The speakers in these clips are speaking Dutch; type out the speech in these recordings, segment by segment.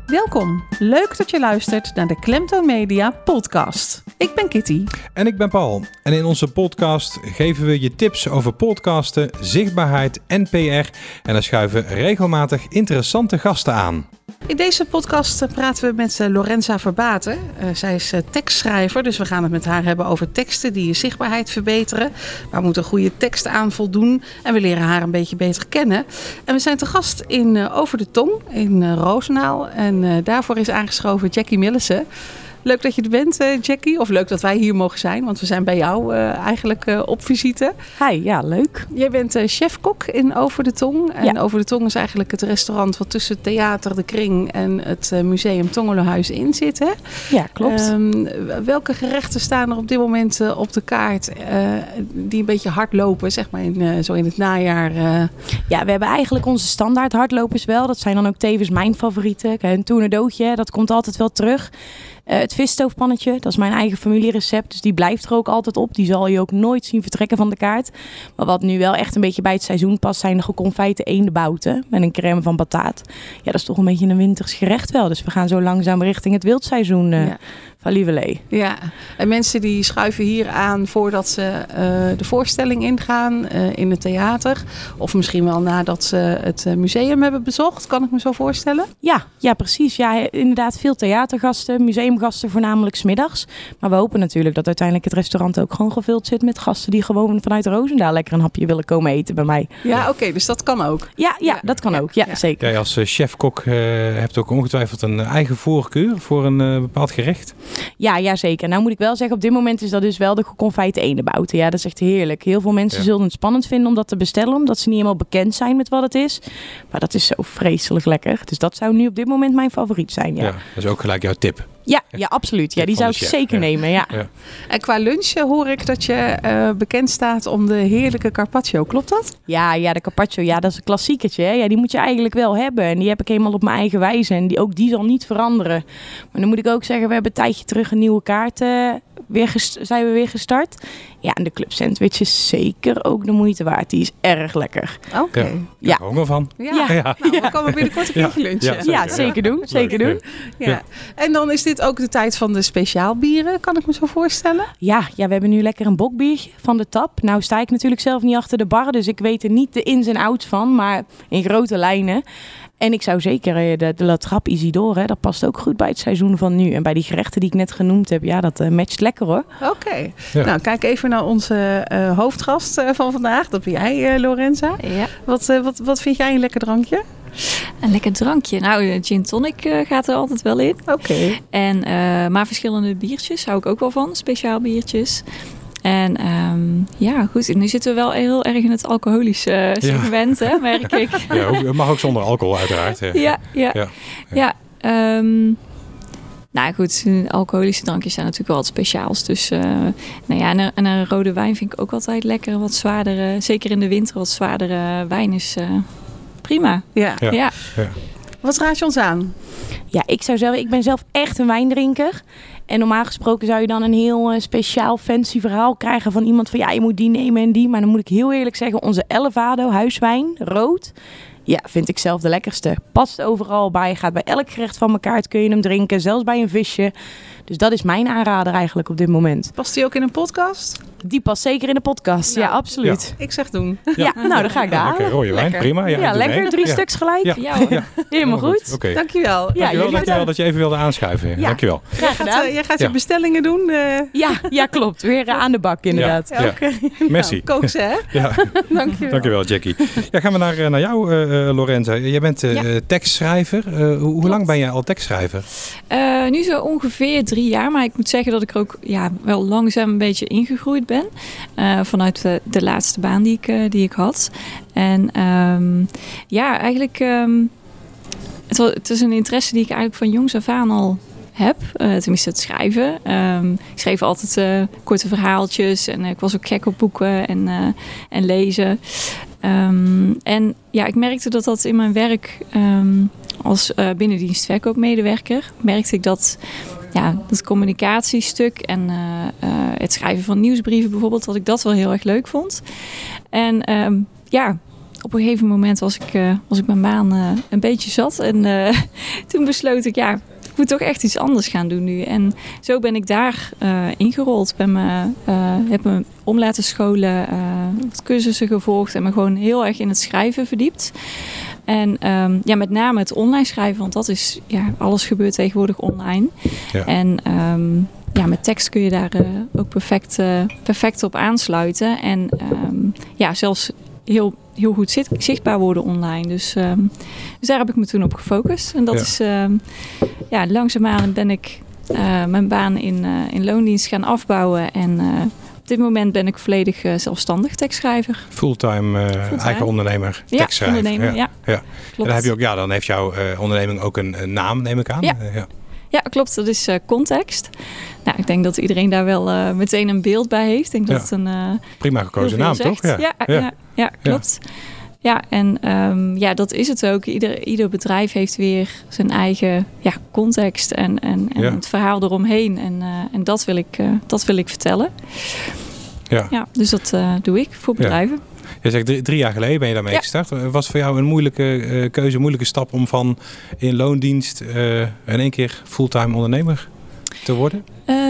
Welkom. Leuk dat je luistert naar de Klemtoon Media podcast. Ik ben Kitty. En ik ben Paul. En in onze podcast geven we je tips over podcasten, zichtbaarheid en PR. En dan schuiven regelmatig interessante gasten aan. In deze podcast praten we met Lorenza Verbaten. Zij is tekstschrijver, dus we gaan het met haar hebben over teksten die je zichtbaarheid verbeteren. Waar moet een goede tekst aan voldoen? En we leren haar een beetje beter kennen. En we zijn te gast in Over de Tong in Roosendaal. En daarvoor is aangeschoven Jackie Millissen. Leuk dat je er bent, Jackie. Of leuk dat wij hier mogen zijn, want we zijn bij jou eigenlijk op visite. Hi, ja, leuk. Jij bent chef-kok in Over de Tong. En ja. Over de Tong is eigenlijk het restaurant wat tussen het theater De Kring en het museum Tongelenhuis in zit, hè? Ja, klopt. Welke gerechten staan er op dit moment op de kaart die een beetje hard lopen, zeg maar, zo in het najaar? Ja, we hebben eigenlijk onze standaard hardlopers wel. Dat zijn dan ook tevens mijn favorieten. Een tournedootje, dat komt altijd wel terug. Het visstoofpannetje, dat is mijn eigen familierecept. Dus die blijft er ook altijd op. Die zal je ook nooit zien vertrekken van de kaart. Maar wat nu wel echt een beetje bij het seizoen past, zijn de geconfijte eendenbouten met een crème van bataat. Ja, dat is toch een beetje een winters gerecht wel. Dus we gaan zo langzaam richting het wildseizoen van Lieverlee. Ja, en mensen die schuiven hier aan voordat ze de voorstelling ingaan in het theater. Of misschien wel nadat ze het museum hebben bezocht, kan ik me zo voorstellen? Ja, precies. Ja, inderdaad veel theatergasten, museumgasten voornamelijk 's middags. Maar we hopen natuurlijk dat uiteindelijk het restaurant ook gewoon gevuld zit met gasten die gewoon vanuit Roosendaal lekker een hapje willen komen eten bij mij. Ja, oké, dus dat kan ook. Ja, dat kan ook. Ja, zeker. Jij als chef-kok hebt ook ongetwijfeld een eigen voorkeur voor een bepaald gerecht? Ja, zeker. Nou moet ik wel zeggen, op dit moment is dat dus wel de geconfijte eendenbouten. Ja, dat is echt heerlijk. Heel veel mensen zullen het spannend vinden om dat te bestellen, omdat ze niet helemaal bekend zijn met wat het is. Maar dat is zo vreselijk lekker. Dus dat zou nu op dit moment mijn favoriet zijn. Ja, dat is ook gelijk jouw tip. Ja, absoluut. Ja, die zou ik zeker nemen. Ja. En qua lunch hoor ik dat je bekend staat om de heerlijke carpaccio. Klopt dat? Ja, de carpaccio, ja, dat is een klassiekertje. Hè? Ja, die moet je eigenlijk wel hebben. En die heb ik helemaal op mijn eigen wijze. En die zal niet veranderen. Maar dan moet ik ook zeggen, we hebben een tijdje terug een nieuwe kaart zijn we weer gestart. Ja, en de club sandwich is zeker ook de moeite waard. Die is erg lekker. Oké. Ja, ik hou honger van. Ja. Nou, we komen binnenkort een keertje lunchen. Ja, zeker doen. Zeker doen. Ja. En dan is dit ook de tijd van de speciaalbieren, kan ik me zo voorstellen? Ja, we hebben nu lekker een bokbiertje van de tap. Nou sta ik natuurlijk zelf niet achter de bar, dus ik weet er niet de ins en outs van, maar in grote lijnen. En ik zou zeker de La Trappe Isidore, dat past ook goed bij het seizoen van nu. En bij die gerechten die ik net genoemd heb, ja, dat matcht lekker hoor. Oké. Ja. Nou, kijk even naar onze hoofdgast van vandaag. Dat ben jij, Lorenza. Ja. Wat vind jij een lekker drankje? Een lekker drankje. Nou, gin tonic gaat er altijd wel in. Oké. En maar verschillende biertjes hou ik ook wel van. Speciaal biertjes. En goed, nu zitten we wel heel erg in het alcoholische segment, hè, merk ik. Ja, het mag ook zonder alcohol uiteraard. Ja. Nou goed, alcoholische drankjes zijn natuurlijk wel wat speciaals. Dus en een rode wijn vind ik ook altijd lekker. Wat zwaardere, zeker in de winter, wat zwaardere wijn is prima. Ja. Wat raad je ons aan? Ja, ik ben zelf echt een wijndrinker. En normaal gesproken zou je dan een heel speciaal fancy verhaal krijgen van iemand van je moet die nemen en die. Maar dan moet ik heel eerlijk zeggen, onze Elevado huiswijn, rood, ja, vind ik zelf de lekkerste. Past overal bij, gaat bij elk gerecht van mijn kaart kun je hem drinken, zelfs bij een visje. Dus dat is mijn aanrader eigenlijk op dit moment. Past die ook in een podcast? Die past zeker in de podcast, ja, absoluut. Ja. Ik zeg doen. Ja, nou dan ga ik daar. Oké, rode wijn, prima. Ja, lekker, 3 stuks gelijk. Ja. Helemaal goed. Okay. Dankjewel. Dankjewel dat je even wilde aanschuiven. Ja. Dankjewel. Jij gaat je bestellingen doen? Ja, klopt. Weer aan de bak inderdaad. Ja. Oké. Merci. Nou, kook ze, hè? Ja. Dankjewel, Jackie. Ja, gaan we naar jou, Lorenza. Jij bent tekstschrijver. Hoe lang ben jij al tekstschrijver? Nu zo ongeveer 3 jaar. Maar ik moet zeggen dat ik er ook wel langzaam een beetje ingegroeid ben. Vanuit de laatste baan die ik had. En eigenlijk... Het is een interesse die ik eigenlijk van jongs af aan al heb. Tenminste het schrijven. Ik schreef altijd korte verhaaltjes. En ik was ook gek op boeken en lezen. En ik merkte dat in mijn werk... als binnendienst verkoopmedewerker... merkte ik dat communicatiestuk en het schrijven van nieuwsbrieven bijvoorbeeld... dat ik dat wel heel erg leuk vond. En op een gegeven moment was ik mijn baan een beetje zat. En toen besloot ik, ik moet toch echt iets anders gaan doen nu. En zo ben ik daar ingerold. Heb me om laten scholen, wat cursussen gevolgd en me gewoon heel erg in het schrijven verdiept. En met name het online schrijven, want dat is, alles gebeurt tegenwoordig online. Ja. En met tekst kun je daar ook perfect op aansluiten. En zelfs heel goed zichtbaar worden online. Dus daar heb ik me toen op gefocust. En dat is, langzaamaan ben ik mijn baan in loondienst gaan afbouwen. En op dit moment ben ik volledig zelfstandig tekstschrijver. Fulltime eigen ondernemer, tekstschrijver. Ondernemer, ja. En dan heb je ook, dan heeft jouw onderneming ook een naam, neem ik aan. Ja, klopt. Dat is Context. Nou, ik denk dat iedereen daar wel meteen een beeld bij heeft. Ik denk dat het een prima gekozen naam, toch? Ja, klopt. Ja, en dat is het ook. Ieder bedrijf heeft weer zijn eigen context en het verhaal eromheen. En dat wil ik vertellen. Ja, dus dat doe ik voor bedrijven. Ja. Je zegt 3 jaar geleden ben je daarmee gestart. Was voor jou een moeilijke keuze, een moeilijke stap om van in loondienst in één keer fulltime ondernemer te worden?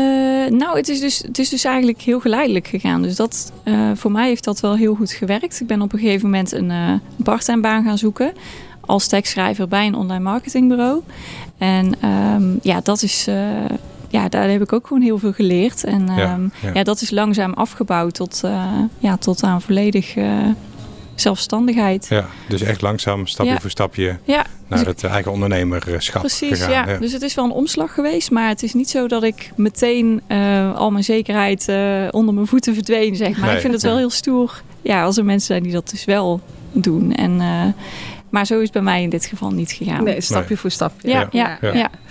Het is dus eigenlijk heel geleidelijk gegaan. Dus dat, voor mij heeft dat wel heel goed gewerkt. Ik ben op een gegeven moment een parttime baan gaan zoeken als tekstschrijver bij een online marketingbureau. En dat is... daar heb ik ook gewoon heel veel geleerd. En dat is langzaam afgebouwd tot aan volledig zelfstandigheid. Ja, dus echt langzaam, stapje voor stapje naar het eigen ondernemerschap gegaan. Ja. Dus het is wel een omslag geweest. Maar het is niet zo dat ik meteen al mijn zekerheid onder mijn voeten verdween, zeg maar. Nee, ik vind het wel heel stoer als er mensen zijn die dat dus wel doen. En... maar zo is het bij mij in dit geval niet gegaan. Nee, stapje voor stapje. Ja.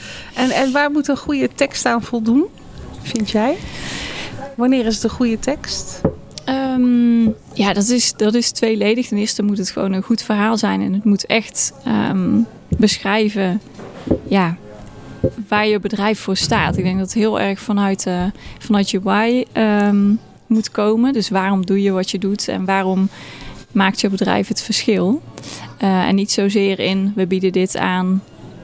En waar moet een goede tekst aan voldoen, vind jij? Wanneer is het een goede tekst? Dat is tweeledig. Ten eerste moet het gewoon een goed verhaal zijn. En het moet echt beschrijven waar je bedrijf voor staat. Ik denk dat het heel erg vanuit je why moet komen. Dus waarom doe je wat je doet en waarom maakt je bedrijf het verschil? En niet zozeer in, we bieden dit aan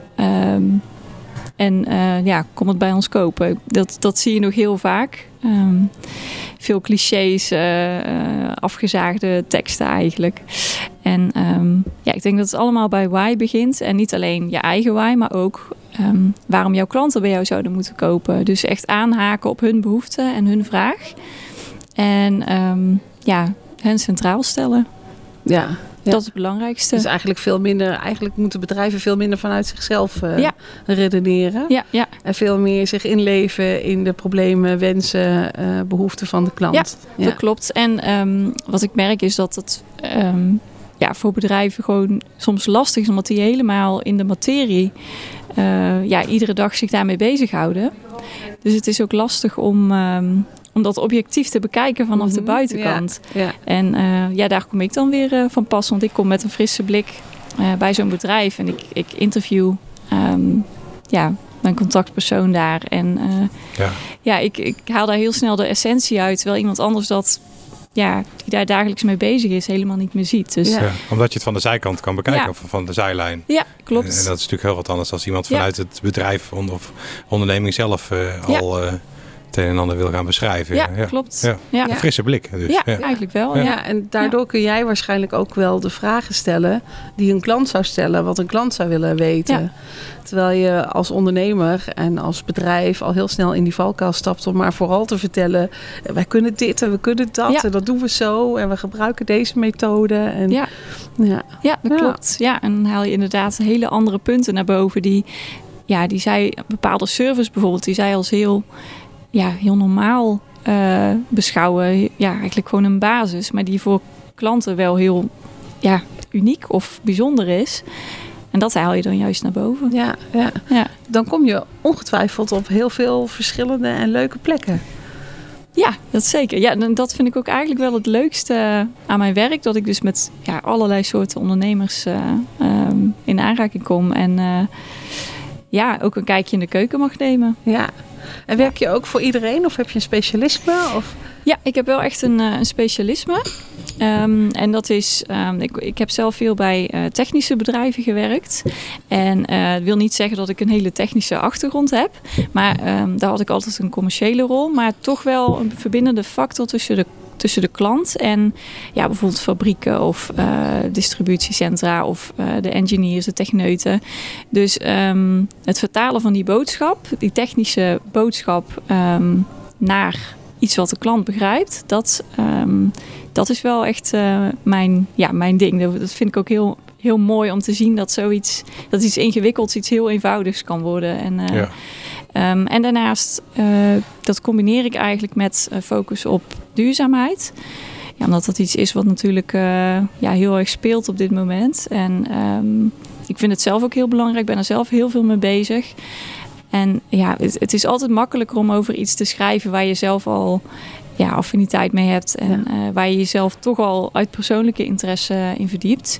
kom het bij ons kopen. Dat zie je nog heel vaak. Veel clichés, afgezaagde teksten eigenlijk. En ik denk dat het allemaal bij why begint. En niet alleen je eigen why, maar ook waarom jouw klanten bij jou zouden moeten kopen. Dus echt aanhaken op hun behoeften en hun vraag. En hen centraal stellen. Ja. Dat is het belangrijkste. Dus eigenlijk moeten bedrijven veel minder vanuit zichzelf redeneren. Ja. En veel meer zich inleven in de problemen, wensen, behoeften van de klant. Ja, dat klopt. En wat ik merk is dat het voor bedrijven gewoon soms lastig is, omdat die helemaal in de materie iedere dag zich daarmee bezighouden. Dus het is ook lastig om dat objectief te bekijken vanaf de buitenkant. Ja. En daar kom ik dan weer van pas. Want ik kom met een frisse blik bij zo'n bedrijf. En ik interview mijn contactpersoon daar. En ik haal daar heel snel de essentie uit. Terwijl iemand anders die daar dagelijks mee bezig is, helemaal niet meer ziet. Dus, omdat je het van de zijkant kan bekijken of van de zijlijn. Ja, klopt. En dat is natuurlijk heel wat anders als iemand vanuit het bedrijf of onderneming zelf al... het een en ander wil gaan beschrijven. Ja, klopt. Ja. Een frisse blik. Dus. Ja, eigenlijk wel. Ja, en daardoor kun jij waarschijnlijk ook wel de vragen stellen die een klant zou stellen, wat een klant zou willen weten. Ja. Terwijl je als ondernemer en als bedrijf al heel snel in die valkuil stapt om maar vooral te vertellen, wij kunnen dit en we kunnen dat en dat doen we zo en we gebruiken deze methode. En, dat klopt. Ja, en dan haal je inderdaad hele andere punten naar boven die zij, bepaalde service bijvoorbeeld, die zij als heel normaal beschouwen. Ja, eigenlijk gewoon een basis. Maar die voor klanten wel heel uniek of bijzonder is. En dat haal je dan juist naar boven. Ja. Dan kom je ongetwijfeld op heel veel verschillende en leuke plekken. Ja, dat zeker. Ja, dat vind ik ook eigenlijk wel het leukste aan mijn werk. Dat ik dus met allerlei soorten ondernemers in aanraking kom. En ook een kijkje in de keuken mag nemen. Ja. En werk je ook voor iedereen of heb je een specialisme? Of? Ja, ik heb wel echt een specialisme. En dat is, ik heb zelf veel bij technische bedrijven gewerkt. En dat wil niet zeggen dat ik een hele technische achtergrond heb. Maar daar had ik altijd een commerciële rol. Maar toch wel een verbindende factor tussen de klant en bijvoorbeeld fabrieken of distributiecentra of de engineers, de techneuten. Dus het vertalen van die boodschap, die technische boodschap naar iets wat de klant begrijpt, dat is wel echt mijn ding. Dat vind ik ook heel, heel mooi om te zien dat iets ingewikkelds, iets heel eenvoudigs kan worden. En daarnaast, dat combineer ik eigenlijk met focus op duurzaamheid. Ja, omdat dat iets is wat natuurlijk heel erg speelt op dit moment. En ik vind het zelf ook heel belangrijk. Ik ben er zelf heel veel mee bezig. En het is altijd makkelijker om over iets te schrijven waar je zelf al affiniteit mee hebt. En waar je jezelf toch al uit persoonlijke interesse in verdiept.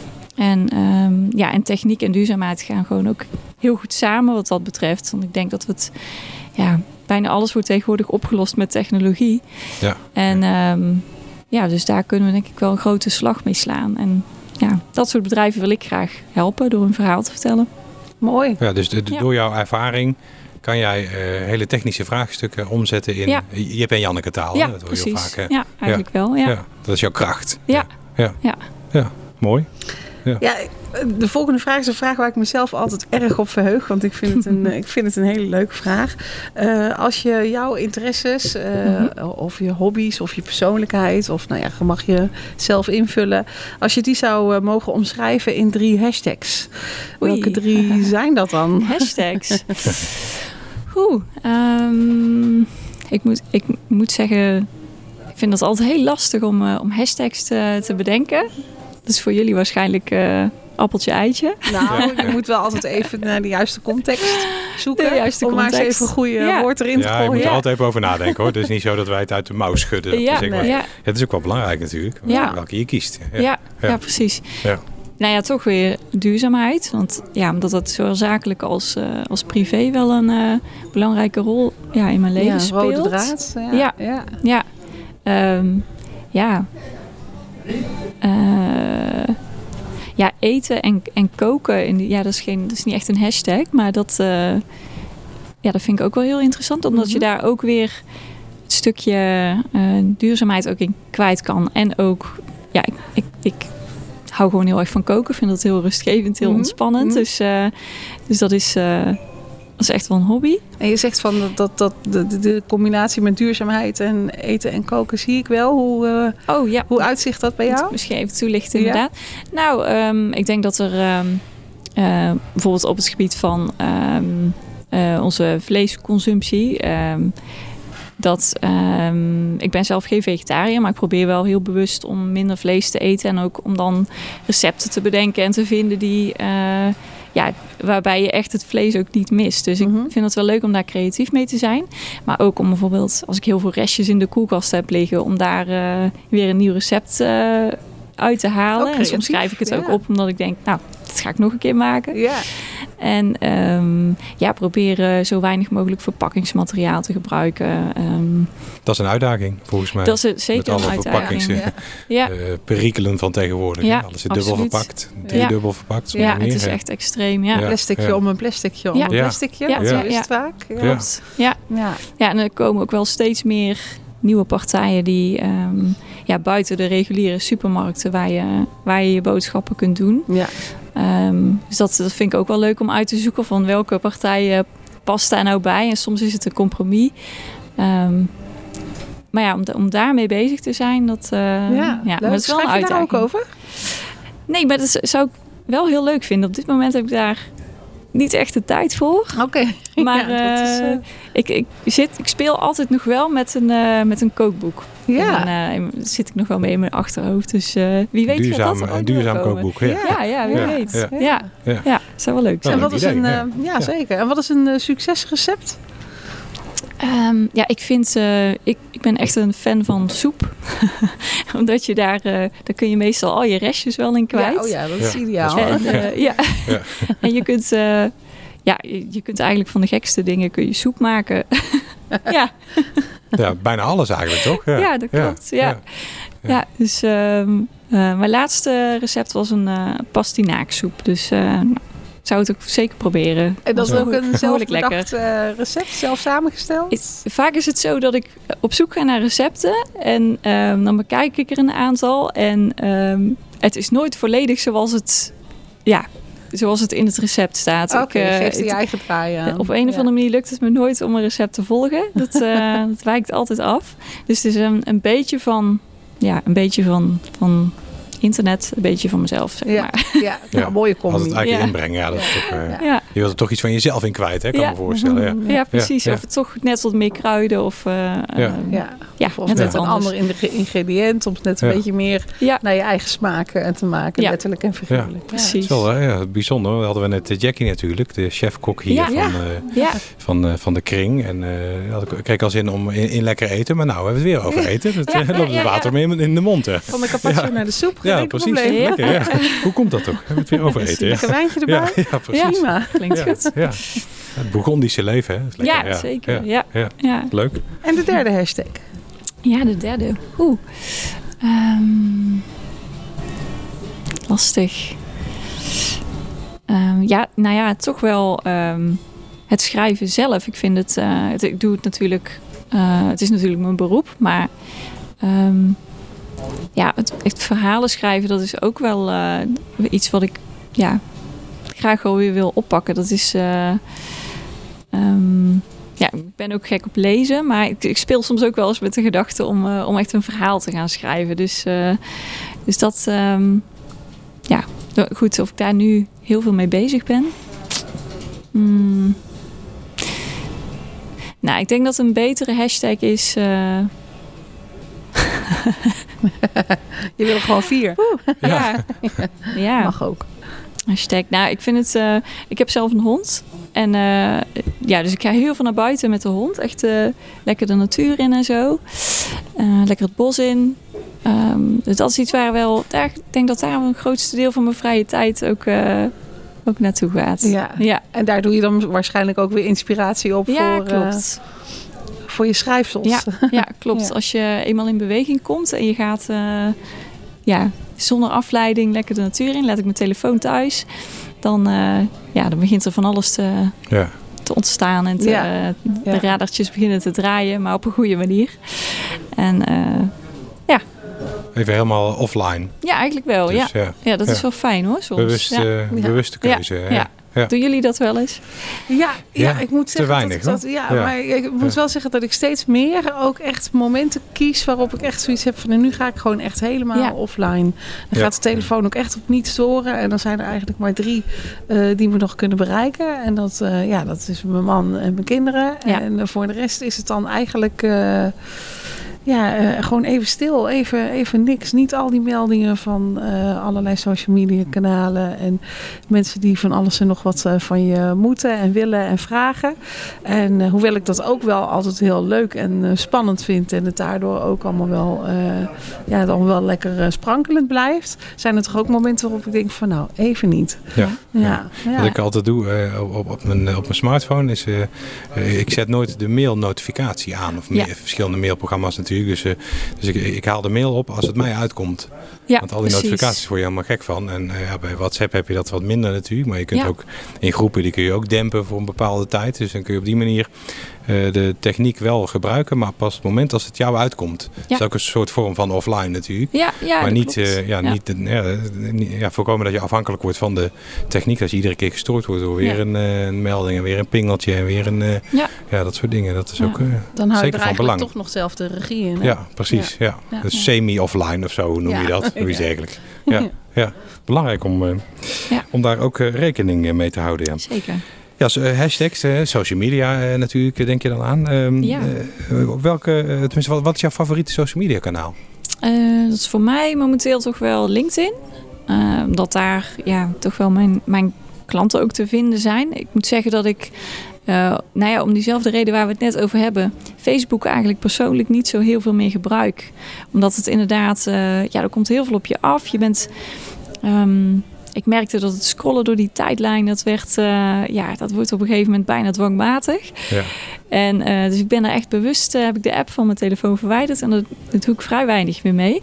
En techniek en duurzaamheid gaan gewoon ook heel goed samen wat dat betreft. Want ik denk dat bijna alles wordt tegenwoordig opgelost met technologie. Ja. En dus daar kunnen we denk ik wel een grote slag mee slaan. En dat soort bedrijven wil ik graag helpen door een verhaal te vertellen. Mooi. Ja, dus door jouw ervaring kan jij hele technische vraagstukken omzetten in Jip en Janneke taal. Ja, dat hoor precies. je vaak. Ja, eigenlijk wel. Ja. Dat is jouw kracht. Ja. Mooi. Ja, de volgende vraag is een vraag waar ik mezelf altijd erg op verheug. Want ik vind het een hele leuke vraag. Als je jouw interesses, of je hobby's, of je persoonlijkheid, of je mag je zelf invullen. Als je die zou mogen omschrijven in 3 hashtags. Welke 3 zijn dat dan? Hashtags? Ik moet zeggen, ik vind dat altijd heel lastig om hashtags te bedenken. Dat is voor jullie waarschijnlijk appeltje-eitje. Nou, je moet wel altijd even naar de juiste context zoeken. Om maar eens even een goede woord erin te gooien. Je moet er altijd even over nadenken hoor. Het is niet zo dat wij het uit de mouw schudden. Het is ook wel belangrijk natuurlijk. Welke je kiest. Ja, precies. Ja. Toch weer duurzaamheid. Want omdat dat zowel zakelijk als privé wel een belangrijke rol in mijn leven speelt. Rode draad. Eten en koken. Dat is niet echt een hashtag. Maar dat vind ik ook wel heel interessant. Omdat je daar ook weer het stukje duurzaamheid ook in kwijt kan. En ook, ik hou gewoon heel erg van koken. Ik vind dat heel rustgevend, heel ontspannend. Dus dat is echt wel een hobby. En je zegt van dat de combinatie met duurzaamheid en eten en koken zie ik wel. Hoe uitzicht dat bij jou? Misschien even toelichten inderdaad. Nou, ik denk dat er bijvoorbeeld op het gebied van onze vleesconsumptie. Ik ben zelf geen vegetariër, maar ik probeer wel heel bewust om minder vlees te eten. En ook om dan recepten te bedenken en te vinden die waarbij je echt het vlees ook niet mist. Dus ik vind het wel leuk om daar creatief mee te zijn. Maar ook om bijvoorbeeld, als ik heel veel restjes in de koelkast heb liggen, om daar weer een nieuw recept uit te halen. En soms schrijf ik het ook op, omdat ik denk, nou, dat ga ik nog een keer maken. Ja. En proberen zo weinig mogelijk verpakkingsmateriaal te gebruiken. Dat is een uitdaging, volgens mij. Dat is zeker met alle een uitdaging. perikelen van tegenwoordig. Ja, alles is dubbel verpakt, driedubbel verpakt. Ja, het is echt extreem. Ja. Plasticje om een plasticje om een plasticje. Ja, zo is het vaak. Klopt. Ja, en er komen ook wel steeds meer nieuwe partijen die buiten de reguliere supermarkten waar je boodschappen kunt doen. Ja. Dus dat vind ik ook wel leuk om uit te zoeken van welke partij past daar nou bij. En soms is het een compromis. Maar om daarmee bezig te zijn, dat is wel een uitdaging. Schrijf je daar ook over? Nee, maar dat zou ik wel heel leuk vinden. Op dit moment heb ik daar niet echt de tijd voor. Oké. Maar ik speel altijd nog wel met een kookboek. Ja. En zit ik nog wel mee in mijn achterhoofd. Dus wie weet gaat dat een duurzaam kookboek. Ja, wie weet. Ja, zou wel leuk zijn. En wat is zeker. En wat is een succesrecept? Ik vind... Ik ben echt een fan van soep. Omdat je daar kun je meestal al je restjes wel in kwijt. Ja, dat is ideaal. En je kunt... je kunt eigenlijk van de gekste dingen kun je soep maken. Ja, bijna alles eigenlijk, toch? Ja, dat klopt. Ja. Ja, dus mijn laatste recept was een pastinaaksoep. Dus ik zou het ook zeker proberen. En dat is ook een Behoorlijk zelfbedacht recept, zelf samengesteld? Vaak is het zo dat ik op zoek ga naar recepten. En dan bekijk ik er een aantal. En het is nooit volledig zoals het in het recept staat. Oké, geeft je eigen draai aan. Op een of andere manier lukt het me nooit om een recept te volgen. Dat wijkt altijd af. Dus het is een beetje van internet, een beetje van mezelf, zeg maar. Ja, nou, mooie combi. Als het eigenlijk inbrengen, dat is toch, je wilt er toch iets van jezelf in kwijt, hè? Kan ik me voorstellen. Ja, precies. Ja. Of het toch net wat meer kruiden of net een ander ingrediënt, om het net een beetje meer naar je eigen smaken te maken, letterlijk en figuurlijk. Ja, precies. Het is wel bijzonder. We hadden net Jackie natuurlijk, de chefkok hier van de kring. En ik kreeg al zin om in lekker eten, maar nou, we hebben het weer over eten. Het loopt het water mee in de mond. Hè. Van de carpaccio naar de soep. Ja, precies. Lekker, ja. Hoe komt dat toch? We hebben het weer over eten. Lekker wijntje erbij. Ja, precies. Prima. Klinkt goed. Ja. Het Bourgondische leven, hè? Is lekker, zeker. Ja. Leuk. En de derde hashtag? Ja, de derde. Lastig. Toch wel het schrijven zelf. Ik vind het... ik doe het natuurlijk... het is natuurlijk mijn beroep, maar... het verhalen schrijven, dat is ook wel iets wat ik graag wel weer wil oppakken. Dat is... ik ben ook gek op lezen, maar ik speel soms ook wel eens met de gedachte om echt een verhaal te gaan schrijven. Dus dat... goed, of ik daar nu heel veel mee bezig ben. Nou, ik denk dat een betere hashtag is... Je wil er gewoon 4. Ja. Mag ook. Hashtag. Nou, ik vind het... ik heb zelf een hond. En dus ik ga heel veel naar buiten met de hond. Echt lekker de natuur in en zo. Lekker het bos in. Dus dat is iets waar ik denk dat daar een grootste deel van mijn vrije tijd ook naartoe gaat. Ja. En daar doe je dan waarschijnlijk ook weer inspiratie op klopt. Voor je schrijfsels. Ja, klopt. Ja. Als je eenmaal in beweging komt en je gaat zonder afleiding lekker de natuur in, laat ik mijn telefoon thuis, dan begint er van alles te ontstaan en de radartjes beginnen te draaien, maar op een goede manier. En even helemaal offline. Ja, eigenlijk wel. Dus, dat is wel fijn hoor. Soms. Bewuste keuze. Ja. Doen jullie dat wel eens? Ja, ik moet zeggen te weinig, maar ik moet wel zeggen dat ik steeds meer ook echt momenten kies waarop ik echt zoiets heb van en nu ga ik gewoon echt helemaal offline. Dan gaat de telefoon ook echt op niet storen en dan zijn er eigenlijk maar 3 die me nog kunnen bereiken. En dat is mijn man en mijn kinderen. Ja. En voor de rest is het dan eigenlijk... gewoon even stil, even niks. Niet al die meldingen van allerlei social media kanalen en mensen die van alles en nog wat van je moeten en willen en vragen. En hoewel ik dat ook wel altijd heel leuk en spannend vind en het daardoor ook allemaal wel lekker sprankelend blijft, zijn er toch ook momenten waarop ik denk van nou, even niet. Ja. Wat ik altijd doe op mijn smartphone is, ik zet nooit de mailnotificatie aan of verschillende mailprogramma's natuurlijk. Dus ik haal de mail op als het mij uitkomt. Ja, want al die notificaties word je helemaal gek van. En bij WhatsApp heb je dat wat minder natuurlijk. Maar je kunt ook in groepen, die kun je ook dempen voor een bepaalde tijd. Dus dan kun je op die manier de techniek wel gebruiken. Maar pas op het moment als het jou uitkomt. Ja. Dat is ook een soort vorm van offline natuurlijk. Maar niet voorkomen dat je afhankelijk wordt van de techniek. Als je iedere keer gestoord wordt door weer een melding en weer een pingeltje en weer een... dat soort dingen. Dat is ook dan hou je zeker er van belang. Toch nog zelf de regie in. Hè? Ja, precies. Ja. Dus semi-offline of zo noem je dat. Hoe is het eigenlijk? Ja. Belangrijk om daar ook rekening mee te houden. Ja. Zeker. Ja, hashtags, social media natuurlijk, denk je dan aan. Wat is jouw favoriete social media kanaal? Dat is voor mij momenteel toch wel LinkedIn. Dat daar toch wel mijn klanten ook te vinden zijn. Ik moet zeggen dat ik, om diezelfde reden waar we het net over hebben, Facebook eigenlijk persoonlijk niet zo heel veel meer gebruik. Omdat het inderdaad, er komt heel veel op je af. Je bent... ik merkte dat het scrollen door die tijdlijn, dat wordt op een gegeven moment bijna dwangmatig. Ja. En dus ik ben er echt bewust, heb ik de app van mijn telefoon verwijderd en dat doe ik vrij weinig meer mee.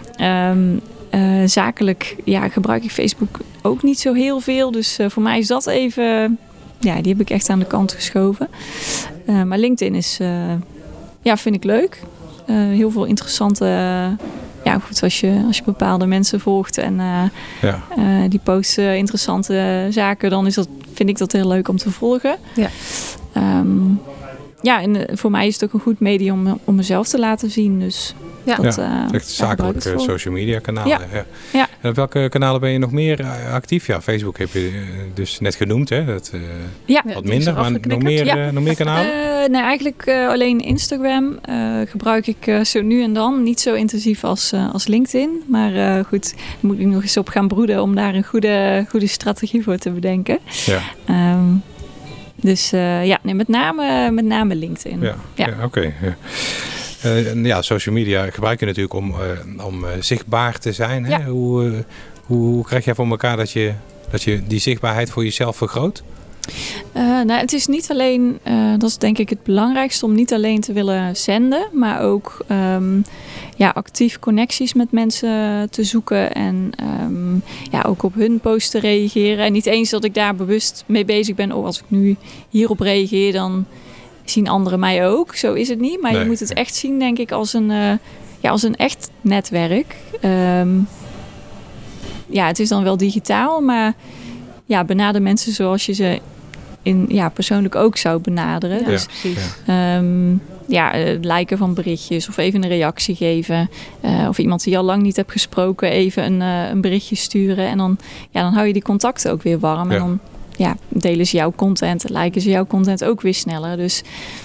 Zakelijk gebruik ik Facebook ook niet zo heel veel. Dus voor mij is dat even... die heb ik echt aan de kant geschoven. Maar LinkedIn is... vind ik leuk. Heel veel interessante... goed, als je bepaalde mensen volgt en die posten interessante zaken, dan vind ik dat heel leuk om te volgen. Ja. En voor mij is het ook een goed medium om mezelf te laten zien. Dus echt zakelijke social media kanalen. Ja. En op welke kanalen ben je nog meer actief? Ja, Facebook heb je dus net genoemd, hè? Dat, wat minder, maar nog meer kanalen? Eigenlijk alleen Instagram gebruik ik zo nu en dan. Niet zo intensief als LinkedIn. Maar goed, daar moet ik nog eens op gaan broeden om daar een goede strategie voor te bedenken. Ja. Met name LinkedIn. Oké. Social media gebruik je natuurlijk om zichtbaar te zijn. Hè? Hoe krijg jij voor elkaar dat je die zichtbaarheid voor jezelf vergroot? Het is niet alleen, dat is denk ik het belangrijkste, om niet alleen te willen zenden, maar ook actief connecties met mensen te zoeken en ook op hun posts te reageren. En niet eens dat ik daar bewust mee bezig ben, als ik nu hierop reageer, dan zien anderen mij ook. Zo is het niet, maar je moet het echt zien, denk ik, als een echt netwerk. Het is dan wel digitaal, maar benader mensen zoals je ze persoonlijk ook zou benaderen. Dus liken van berichtjes of even een reactie geven. Of iemand die je al lang niet hebt gesproken, even een berichtje sturen. En dan hou je die contacten ook weer warm. Ja. En dan delen ze jouw content, liken ze jouw content ook weer sneller. Dus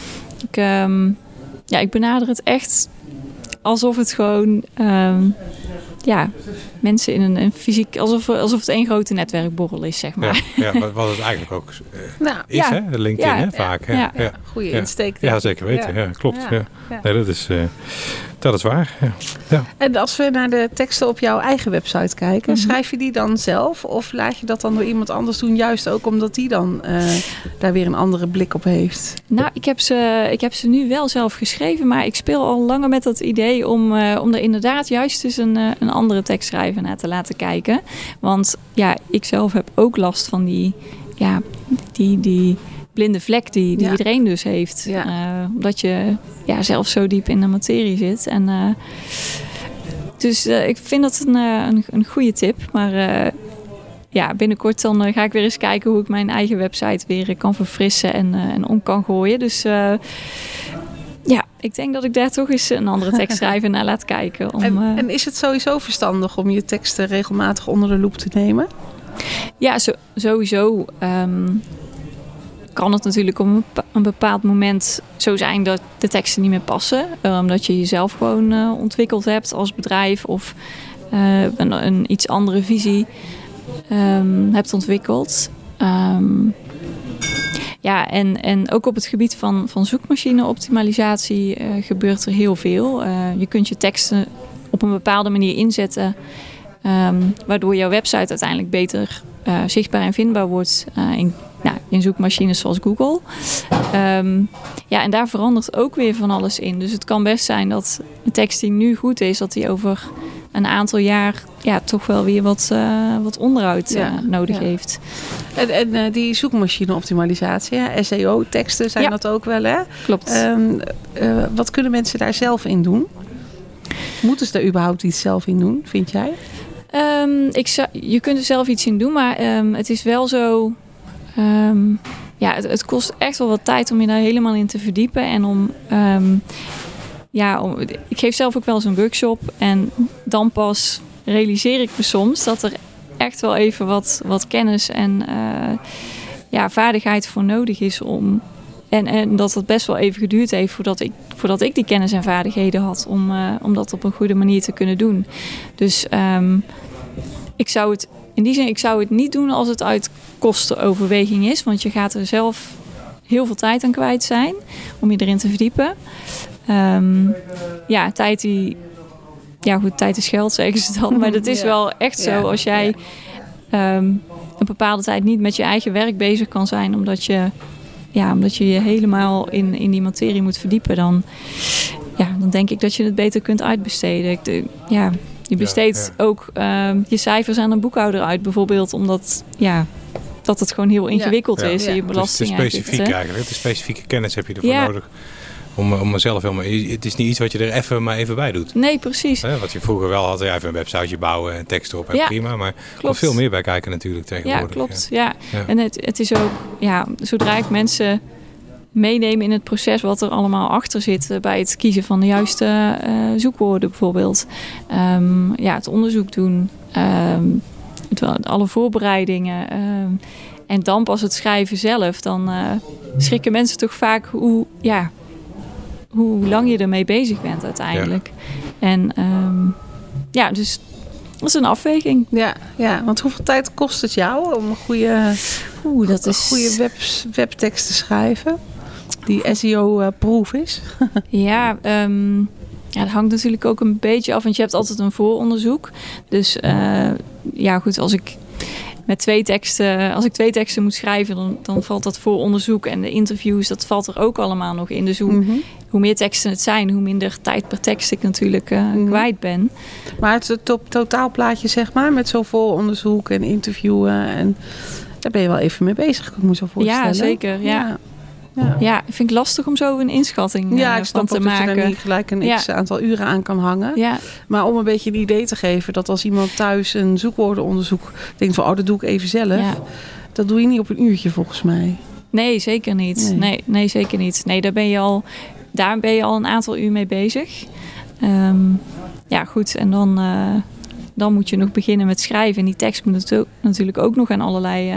ik benader het echt alsof het gewoon... mensen in een fysiek... Alsof het één grote netwerkborrel is, zeg maar. Ja, wat het eigenlijk ook is, hè? De LinkedIn, hè? Vaak. Goeie insteek. Ja, zeker weten. Ja, klopt. Ja. Nee, dat is waar. Ja. En als we naar de teksten op jouw eigen website kijken, schrijf je die dan zelf? Of laat je dat dan door iemand anders doen? Juist ook omdat die dan daar weer een andere blik op heeft. Nou, ik heb ze nu wel zelf geschreven, maar ik speel al langer met dat idee om er inderdaad juist eens een andere tekstschrijver naar te laten kijken. Want ik zelf heb ook last van die blinde vlek die iedereen dus heeft. Omdat je zelf zo diep in de materie zit. En, dus ik vind dat een goede tip. Maar binnenkort dan ga ik weer eens kijken hoe ik mijn eigen website weer kan verfrissen en om kan gooien. Dus ik denk dat ik daar toch eens een andere tekstschrijver naar laat kijken. En is het sowieso verstandig om je teksten regelmatig onder de loep te nemen? Ja, sowieso. Kan het natuurlijk op een bepaald moment zo zijn dat de teksten niet meer passen. Omdat je jezelf gewoon ontwikkeld hebt als bedrijf of een iets andere visie hebt ontwikkeld. En ook op het gebied van zoekmachine-optimalisatie gebeurt er heel veel. Je kunt je teksten op een bepaalde manier inzetten, waardoor jouw website uiteindelijk beter zichtbaar en vindbaar wordt in zoekmachines zoals Google. En daar verandert ook weer van alles in. Dus het kan best zijn dat een tekst die nu goed is, dat die over een aantal jaar toch wel weer wat onderhoud nodig heeft. En die zoekmachine-optimalisatie, SEO-teksten zijn dat ook wel, hè? Klopt. Wat kunnen mensen daar zelf in doen? Moeten ze daar überhaupt iets zelf in doen, vind jij? Je kunt er zelf iets in doen, maar het is wel zo... Het kost echt wel wat tijd om je daar helemaal in te verdiepen. En ik geef zelf ook wel eens een workshop. En dan pas realiseer ik me soms dat er echt wel even wat kennis en vaardigheid voor nodig is om... En dat het best wel even geduurd heeft voordat ik die kennis en vaardigheden had om dat op een goede manier te kunnen doen. Dus ik zou het niet doen als het uit kostenoverweging is. Want je gaat er zelf heel veel tijd aan kwijt zijn om je erin te verdiepen. Tijd is geld, zeggen ze dan. Maar dat is wel echt zo. Als jij een bepaalde tijd niet met je eigen werk bezig kan zijn, omdat je je helemaal in die materie moet verdiepen, dan denk ik dat je het beter kunt uitbesteden. Je besteedt ook je cijfers aan een boekhouder uit, bijvoorbeeld, omdat dat het gewoon heel ingewikkeld is. Je belasting het is specifiek eigenlijk. De specifieke kennis heb je ervoor nodig. Om mezelf helemaal. Het is niet iets wat je er maar even bij doet. Nee, precies. Wat je vroeger wel had, even een websiteje bouwen en tekst erop en prima. Maar er komt veel meer bij kijken natuurlijk tegenwoordig. Ja, klopt. Ja. En het is ook, zodra ik mensen meenemen in het proces wat er allemaal achter zit bij het kiezen van de juiste zoekwoorden bijvoorbeeld. Het onderzoek doen. Alle voorbereidingen. En dan pas het schrijven zelf. Dan schrikken mensen toch vaak hoe lang je ermee bezig bent uiteindelijk. Ja. En dus dat is een afweging. Ja, want hoeveel tijd kost het jou om een goede webtekst te schrijven? Die SEO-proof is? Dat hangt natuurlijk ook een beetje af, want je hebt altijd een vooronderzoek. Dus goed, als ik 2 teksten moet schrijven, dan valt dat vooronderzoek en de interviews, dat valt er ook allemaal nog in. Dus hoe meer teksten het zijn, hoe minder tijd per tekst ik natuurlijk kwijt ben. Maar het totaalplaatje, zeg maar, met zo'n vooronderzoek en interviewen, en daar ben je wel even mee bezig, kan ik me zo voorstellen. Ja, zeker. Ja, ik vind het lastig om zo een inschatting van te maken. Dat je er niet gelijk een x-aantal uren aan kan hangen. Ja. Maar om een beetje een idee te geven dat als iemand thuis een zoekwoordenonderzoek denkt van, dat doe ik even zelf. Ja. Dat doe je niet op een uurtje volgens mij. Nee, zeker niet. Nee, zeker niet. Nee, daar ben je al een aantal uur mee bezig. Goed. En dan moet je nog beginnen met schrijven. En die tekst moet natuurlijk ook nog aan allerlei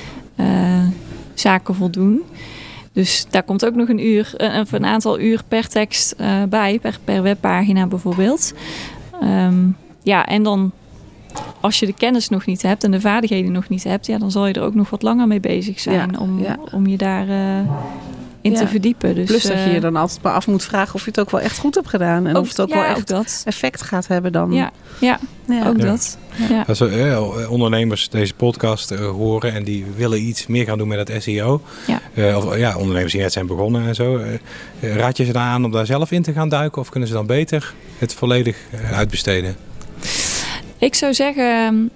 zaken voldoen. Dus daar komt ook nog een aantal uur per tekst bij, per webpagina bijvoorbeeld. En dan als je de kennis nog niet hebt en de vaardigheden nog niet hebt, dan zal je er ook nog wat langer mee bezig zijn om je daar in te verdiepen. Dus, plus dat je je dan altijd maar af moet vragen of je het ook wel echt goed hebt gedaan. En of het ook wel echt effect gaat hebben dan. Ook dat. Ja. Als ondernemers deze podcast horen en die willen iets meer gaan doen met het SEO. Ondernemers die net zijn begonnen en zo. Raad je ze daar aan om daar zelf in te gaan duiken? Of kunnen ze dan beter het volledig uitbesteden? Ik zou zeggen,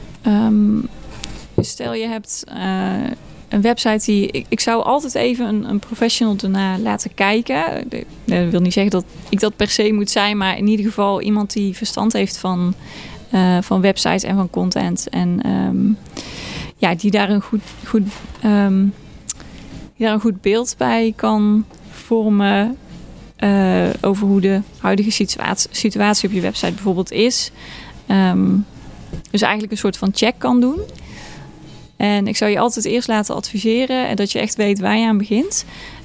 stel je hebt een website die... Ik zou altijd even een professional ernaar laten kijken. Dat wil niet zeggen dat ik dat per se moet zijn, maar in ieder geval iemand die verstand heeft van websites en van content. En die daar een goed beeld bij kan vormen over hoe de huidige situatie op je website bijvoorbeeld is. Dus eigenlijk een soort van check kan doen. En ik zou je altijd eerst laten adviseren en dat je echt weet waar je aan begint.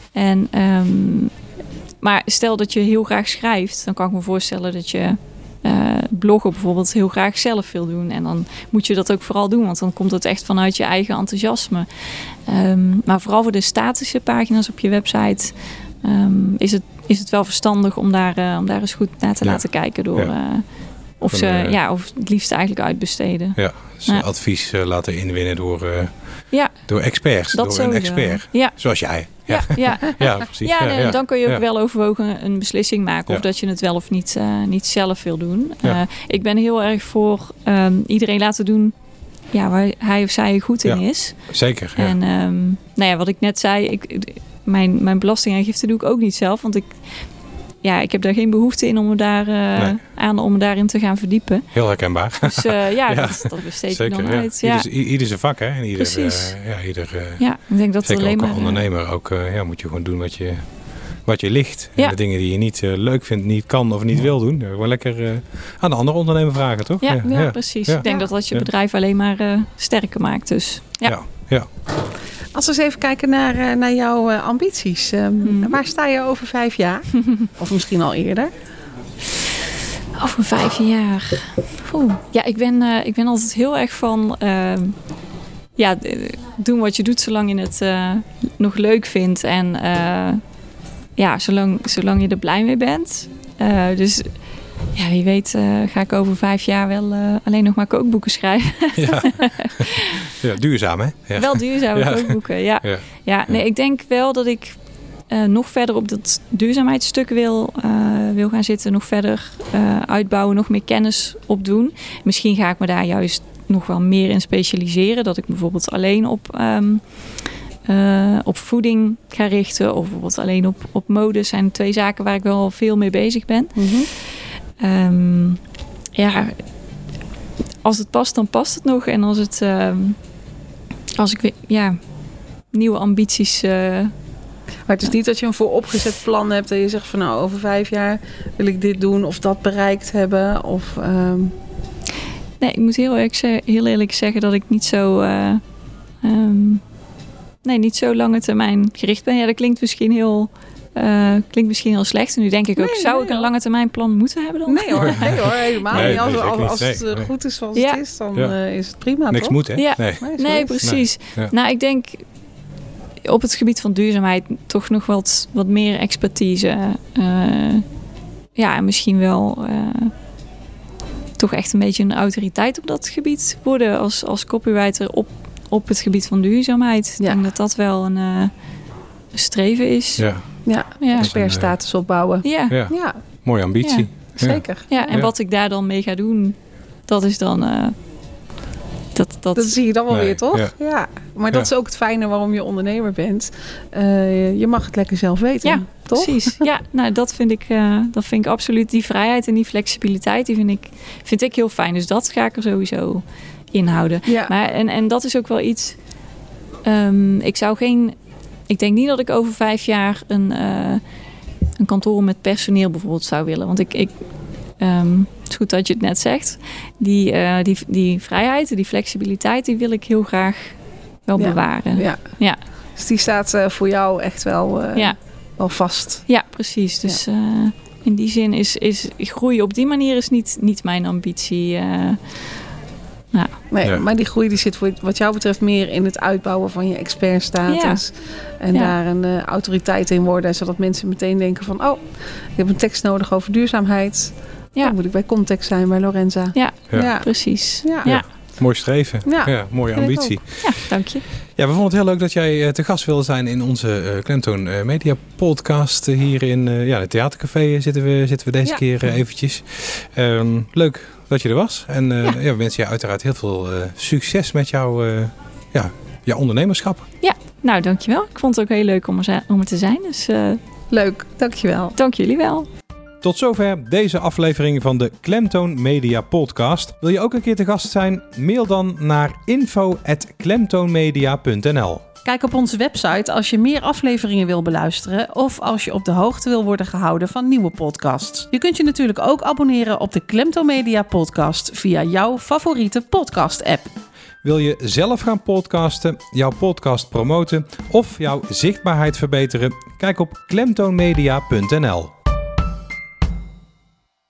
Maar stel dat je heel graag schrijft, dan kan ik me voorstellen dat je bloggen bijvoorbeeld heel graag zelf wil doen. En dan moet je dat ook vooral doen, want dan komt het echt vanuit je eigen enthousiasme. Maar vooral voor de statische pagina's op je website is het wel verstandig om daar eens goed naar te laten kijken door... Of het liefst eigenlijk uitbesteden. Ja, dus advies laten inwinnen door experts. Dat door een expert. Zoals jij. Ja, precies. Dan kun je ook wel overwogen een beslissing maken of dat je het wel of niet zelf wil doen. Ik ben heel erg voor iedereen laten doen waar hij of zij goed in is. Zeker. Ja. En wat ik net zei, mijn belastingaangifte doe ik ook niet zelf, want ik heb daar geen behoefte in om me daarin te gaan verdiepen. Heel herkenbaar. Dus dat besteed ik dan uit. Ja. Ieder zijn vak, hè? En Precies. Ik denk dat alleen maar ondernemer ook moet je gewoon doen wat je ligt. En de dingen die je niet leuk vindt, niet kan of niet wil doen. Gewoon lekker aan de andere ondernemer vragen, toch? Ja, precies. Ja. Ik denk dat je bedrijf alleen maar sterker maakt. Dus ja. Als we eens even kijken naar jouw ambities. Waar sta je over 5 jaar? Of misschien al eerder? Over 5 jaar. Ik ben altijd heel erg van... doen wat je doet zolang je het nog leuk vindt. En zolang je er blij mee bent. Dus wie weet ga ik over 5 jaar wel alleen nog maar kookboeken schrijven. Ja, duurzaam hè? Ja. Wel duurzame kookboeken, ja. Nee, ik denk wel dat ik nog verder op dat duurzaamheidsstuk wil gaan zitten. Nog verder uitbouwen, nog meer kennis opdoen. Misschien ga ik me daar juist nog wel meer in specialiseren. Dat ik bijvoorbeeld alleen op voeding ga richten. Of bijvoorbeeld alleen op mode. Dat zijn 2 zaken waar ik wel veel mee bezig ben. Mm-hmm. Als het past, dan past het nog. En als ik weer nieuwe ambities... Maar het is niet dat je een vooropgezet plan hebt en je zegt van nou, over 5 jaar wil ik dit doen of dat bereikt hebben. Of, Nee, ik moet heel eerlijk zeggen dat ik niet zo lange termijn gericht ben. Ja, dat klinkt misschien heel slecht. En nu denk ik ook, zou ik een lange termijn plan moeten hebben dan? Nee hoor, helemaal niet. Als het goed is zoals het is, dan is het prima. Niks toch? moet, hè? Ja. Nee, precies. Nee. Ja. Nou, ik denk op het gebied van duurzaamheid toch nog wat meer expertise. En misschien wel toch echt een beetje een autoriteit op dat gebied worden als copywriter op het gebied van duurzaamheid. Ja. Ik denk dat wel een streven is. Ja. Expertstatus opbouwen. Ja. Mooie ambitie. Ja. Zeker. Ja, en wat ik daar dan mee ga doen, dat is dan... Dat zie je dan wel weer, toch? Ja. Maar dat is ook het fijne waarom je ondernemer bent. Je mag het lekker zelf weten, toch? Precies. Ja, nou, dat vind ik absoluut. Die vrijheid en die flexibiliteit, die vind ik heel fijn. Dus dat ga ik er sowieso in houden. Ja. Maar, en dat is ook wel iets... Ik denk niet dat ik over 5 jaar een kantoor met personeel bijvoorbeeld zou willen. Want het is goed dat je het net zegt. Die vrijheid, die flexibiliteit, die wil ik heel graag wel bewaren. Ja. Dus die staat voor jou echt wel vast. Ja, precies. Dus in die zin is groei op die manier is niet mijn ambitie. Maar die groei die zit wat jou betreft meer in het uitbouwen van je expertstatus. En daar een autoriteit in worden. Zodat mensen meteen denken van... ik heb een tekst nodig over duurzaamheid. Dan moet ik bij Context zijn, bij Lorenza. Ja. Precies. Ja. Mooi streven. Ja, mooie ambitie. Ja, dank je. Ja, we vonden het heel leuk dat jij te gast wilde zijn in onze Klemtoon Media podcast. Hier in het Theatercafé zitten we deze keer eventjes. Leuk dat je er was. En we wensen je uiteraard heel veel succes met jouw ondernemerschap. Ja, nou dankjewel. Ik vond het ook heel leuk om er te zijn. Dus, leuk, dankjewel. Dank jullie wel. Tot zover deze aflevering van de Klemtoon Media podcast. Wil je ook een keer te gast zijn? Mail dan naar info@klemtoonmedia.nl. Kijk op onze website als je meer afleveringen wil beluisteren of als je op de hoogte wil worden gehouden van nieuwe podcasts. Je kunt je natuurlijk ook abonneren op de Klemtoon Media podcast via jouw favoriete podcast-app. Wil je zelf gaan podcasten, jouw podcast promoten of jouw zichtbaarheid verbeteren? Kijk op klemtoonmedia.nl.